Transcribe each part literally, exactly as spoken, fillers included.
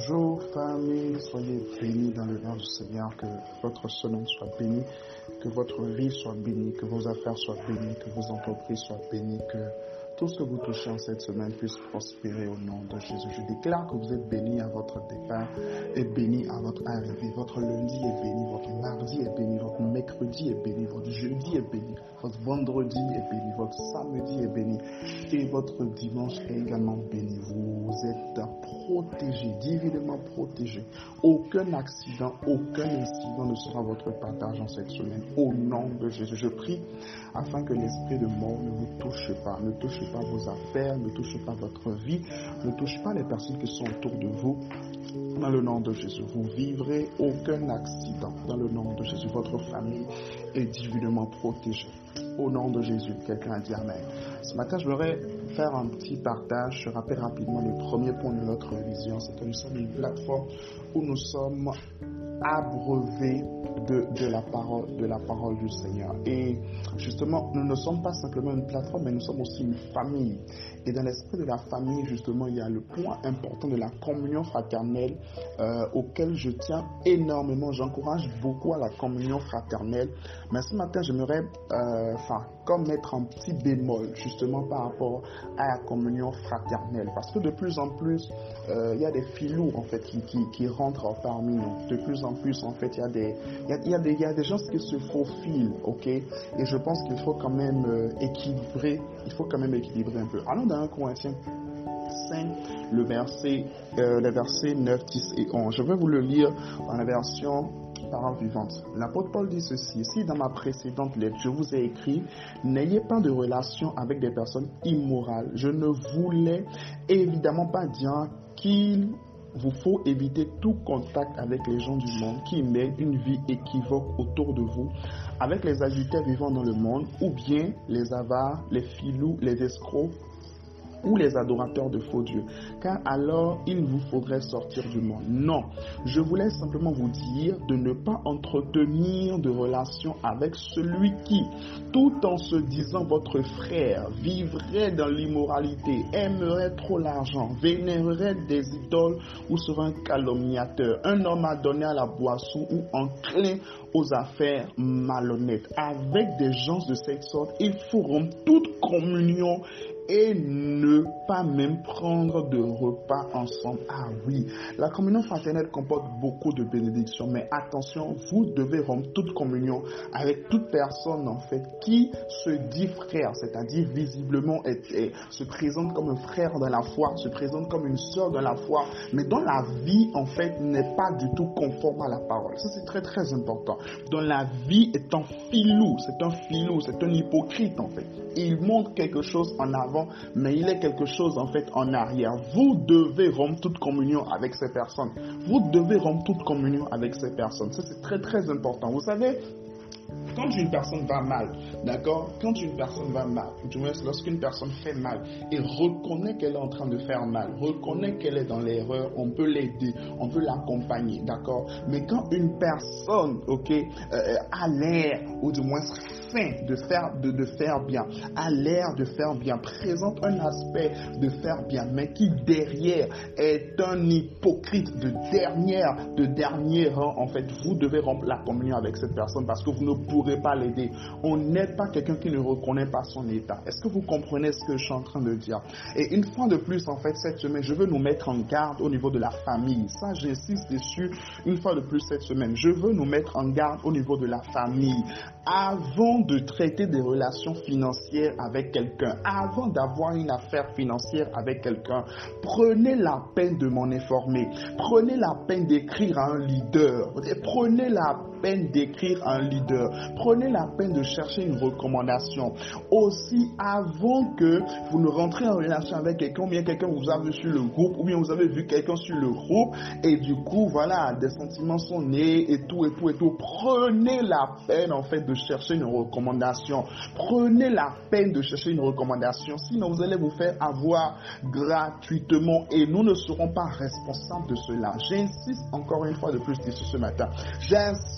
Bonjour famille, soyez bénis dans le nom du Seigneur, que votre semaine soit bénie, que votre vie soit bénie, que vos affaires soient bénies, que vos entreprises soient bénies, que tout ce que vous touchez en cette semaine puisse prospérer au nom de Jésus. Je déclare que vous êtes bénis à votre départ et bénis à votre arrivée. Votre lundi est béni, votre mardi est béni, votre mercredi est béni, votre jeudi est béni, votre vendredi est béni, votre samedi est béni et votre dimanche est également béni. Vous êtes protégés, divinement protégés. Aucun accident, aucun incident ne sera votre partage en cette semaine. Au nom de Jésus, je prie afin que l'esprit de mort ne vous touche pas, ne touche pas vos affaires, ne touche pas votre vie, ne touche pas les personnes qui sont autour de vous. Dans le nom de Jésus, vous vivrez aucun accident. Dans le nom de Jésus, votre famille est divinement protégée. Au nom de Jésus, quelqu'un a dit Amen. Ce matin, je voudrais faire un petit partage. Je rappelle rapidement le premier point de notre vision, c'est que nous sommes une plateforme où nous sommes abreuvés de, de, la parole, de la parole du Seigneur. Et justement, nous ne sommes pas simplement une plateforme, mais nous sommes aussi une famille. Et dans l'esprit de la famille, justement, il y a le point important de la communion fraternelle euh, auquel je tiens énormément. J'encourage beaucoup à la communion fraternelle. Mais ce matin, j'aimerais euh, enfin, comme mettre un petit bémol justement par rapport à la communion fraternelle. Parce que de plus en plus, euh, il y a des filous en fait qui, qui, qui rentrent parmi nous. De plus en plus, en fait, il y a des, il y a, il y a des, il y a des gens qui se faufilent, ok? Et je pense qu'il faut quand même euh, équilibrer, il faut quand même équilibrer un peu. Allons dans un Corinthiens cinq, le verset, euh, les versets neuf, dix et onze. Je vais vous le lire dans la version parole vivante. L'apôtre Paul dit ceci: si dans ma précédente lettre je vous ai écrit, n'ayez pas de relation avec des personnes immorales. Je ne voulais évidemment pas dire qu'il vous faut éviter tout contact avec les gens du monde qui mènent une vie équivoque autour de vous, avec les adultères vivant dans le monde, ou bien les avares, les filous, les escrocs, ou les adorateurs de faux dieux, car alors il vous faudrait sortir du monde. Non, je voulais simplement vous dire de ne pas entretenir de relations avec celui qui, tout en se disant votre frère, vivrait dans l'immoralité, aimerait trop l'argent, vénérerait des idoles ou serait un calomniateur, un homme adonné à la boisson ou enclin aux affaires malhonnêtes. Avec des gens de cette sorte, il faut rompre toute communion et ne pas même prendre de repas ensemble. Ah oui, la communion fraternelle comporte beaucoup de bénédictions, mais attention, vous devez rompre toute communion avec toute personne en fait qui se dit frère, c'est-à-dire visiblement est, est, se présente comme un frère dans la foi, se présente comme une sœur dans la foi, mais dont la vie en fait n'est pas du tout conforme à la parole. Ça c'est très très important. Dans la vie est un filou, c'est un filou, c'est un hypocrite en fait. Il montre quelque chose en avant, mais il est quelque chose en fait en arrière. Vous devez rompre toute communion avec ces personnes. Vous devez rompre toute communion avec ces personnes. Ça c'est très très important. Vous savez, quand une personne va mal, d'accord, quand une personne va mal, du moins lorsqu'une personne fait mal et reconnaît qu'elle est en train de faire mal, reconnaît qu'elle est dans l'erreur, on peut l'aider, on peut l'accompagner, d'accord. Mais quand une personne, ok, euh, a l'air, ou du moins fin de faire, de, de faire bien, a l'air de faire bien, présente un aspect de faire bien, mais qui derrière est un hypocrite de dernière, de dernier rang, en fait, vous devez rompre la communion avec cette personne parce que vous ne pourrez pas l'aider. On n'aide pas quelqu'un qui ne reconnaît pas son état. Est-ce que vous comprenez ce que je suis en train de dire? Et une fois de plus, en fait, cette semaine, je veux nous mettre en garde au niveau de la famille. Ça, j'insiste dessus une fois de plus cette semaine. Je veux nous mettre en garde au niveau de la famille. Avant de traiter des relations financières avec quelqu'un, avant d'avoir une affaire financière avec quelqu'un, prenez la peine de m'en informer. Prenez la peine d'écrire à un leader. Prenez la peine d'écrire à un leader. Prenez la peine de chercher une recommandation. Aussi, avant que vous ne rentrez en relation avec quelqu'un, ou bien quelqu'un vous a vu sur le groupe, ou bien vous avez vu quelqu'un sur le groupe, et du coup, voilà, des sentiments sont nés, et tout, et tout, et tout. Prenez la peine, en fait, de chercher une recommandation. Prenez la peine de chercher une recommandation. Sinon, vous allez vous faire avoir gratuitement, et nous ne serons pas responsables de cela. J'insiste encore une fois de plus ici ce matin. J'insiste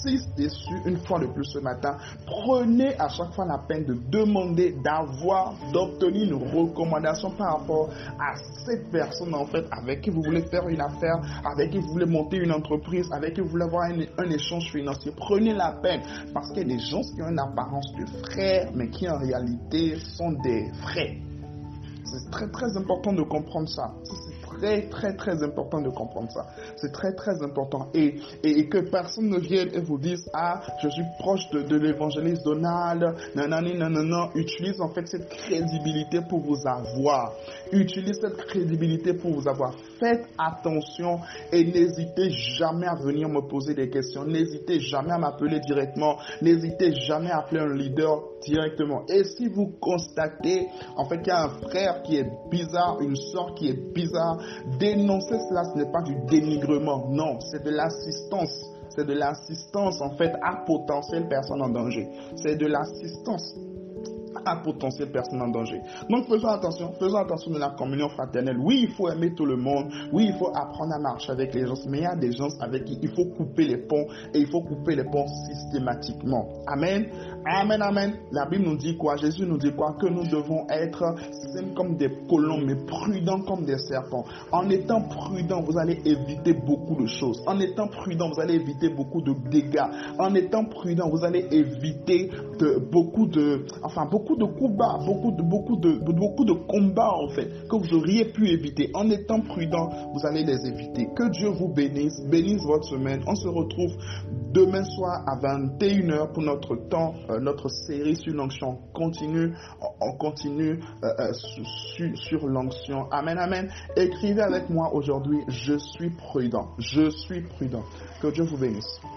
j'insiste dessus une fois de plus ce matin, prenez à chaque fois la peine de demander, d'avoir, d'obtenir une recommandation par rapport à cette personne en fait avec qui vous voulez faire une affaire, avec qui vous voulez monter une entreprise, avec qui vous voulez avoir un, un échange financier. Prenez la peine parce qu'il y a des gens qui ont une apparence de frères mais qui en réalité sont des frères. C'est très très important de comprendre ça. C'est très très très important de comprendre ça. C'est très très important. Et, et, et que personne ne vienne et vous dise, ah, je suis proche de, de l'évangéliste Donald, nanani, nanana. Utilise en fait cette crédibilité pour vous avoir. Utilise cette crédibilité pour vous avoir. Faites attention et n'hésitez jamais à venir me poser des questions. N'hésitez jamais à m'appeler directement. N'hésitez jamais à appeler un leader directement. Et si vous constatez en fait qu'il y a un frère qui est bizarre, une sœur qui est bizarre, dénoncer cela, ce n'est pas du dénigrement, non, c'est de l'assistance. C'est de l'assistance en fait à potentielle personne en danger. C'est de l'assistance à potentielle personne en danger. Donc faisons attention, faisons attention de la communion fraternelle. Oui, il faut aimer tout le monde. Oui, il faut apprendre à marcher avec les gens. Mais il y a des gens avec qui il faut couper les ponts et il faut couper les ponts systématiquement. Amen. Amen, amen. La Bible nous dit quoi? Jésus nous dit quoi? Que nous devons être simples comme des colombes, mais prudents comme des serpents. En étant prudents, vous allez éviter beaucoup de choses. En étant prudents, vous allez éviter beaucoup de dégâts. En étant prudents, vous allez éviter de, beaucoup de, enfin beaucoup de coups bas, beaucoup de, beaucoup de, beaucoup de combats en fait que vous auriez pu éviter. En étant prudents, vous allez les éviter. Que Dieu vous bénisse, bénisse votre semaine. On se retrouve demain soir à vingt et une heures pour notre temps, euh, notre série sur l'onction continue. On continue euh, euh, sur, sur l'onction. Amen, amen. Écrivez avec moi aujourd'hui, je suis prudent. Je suis prudent. Que Dieu vous bénisse.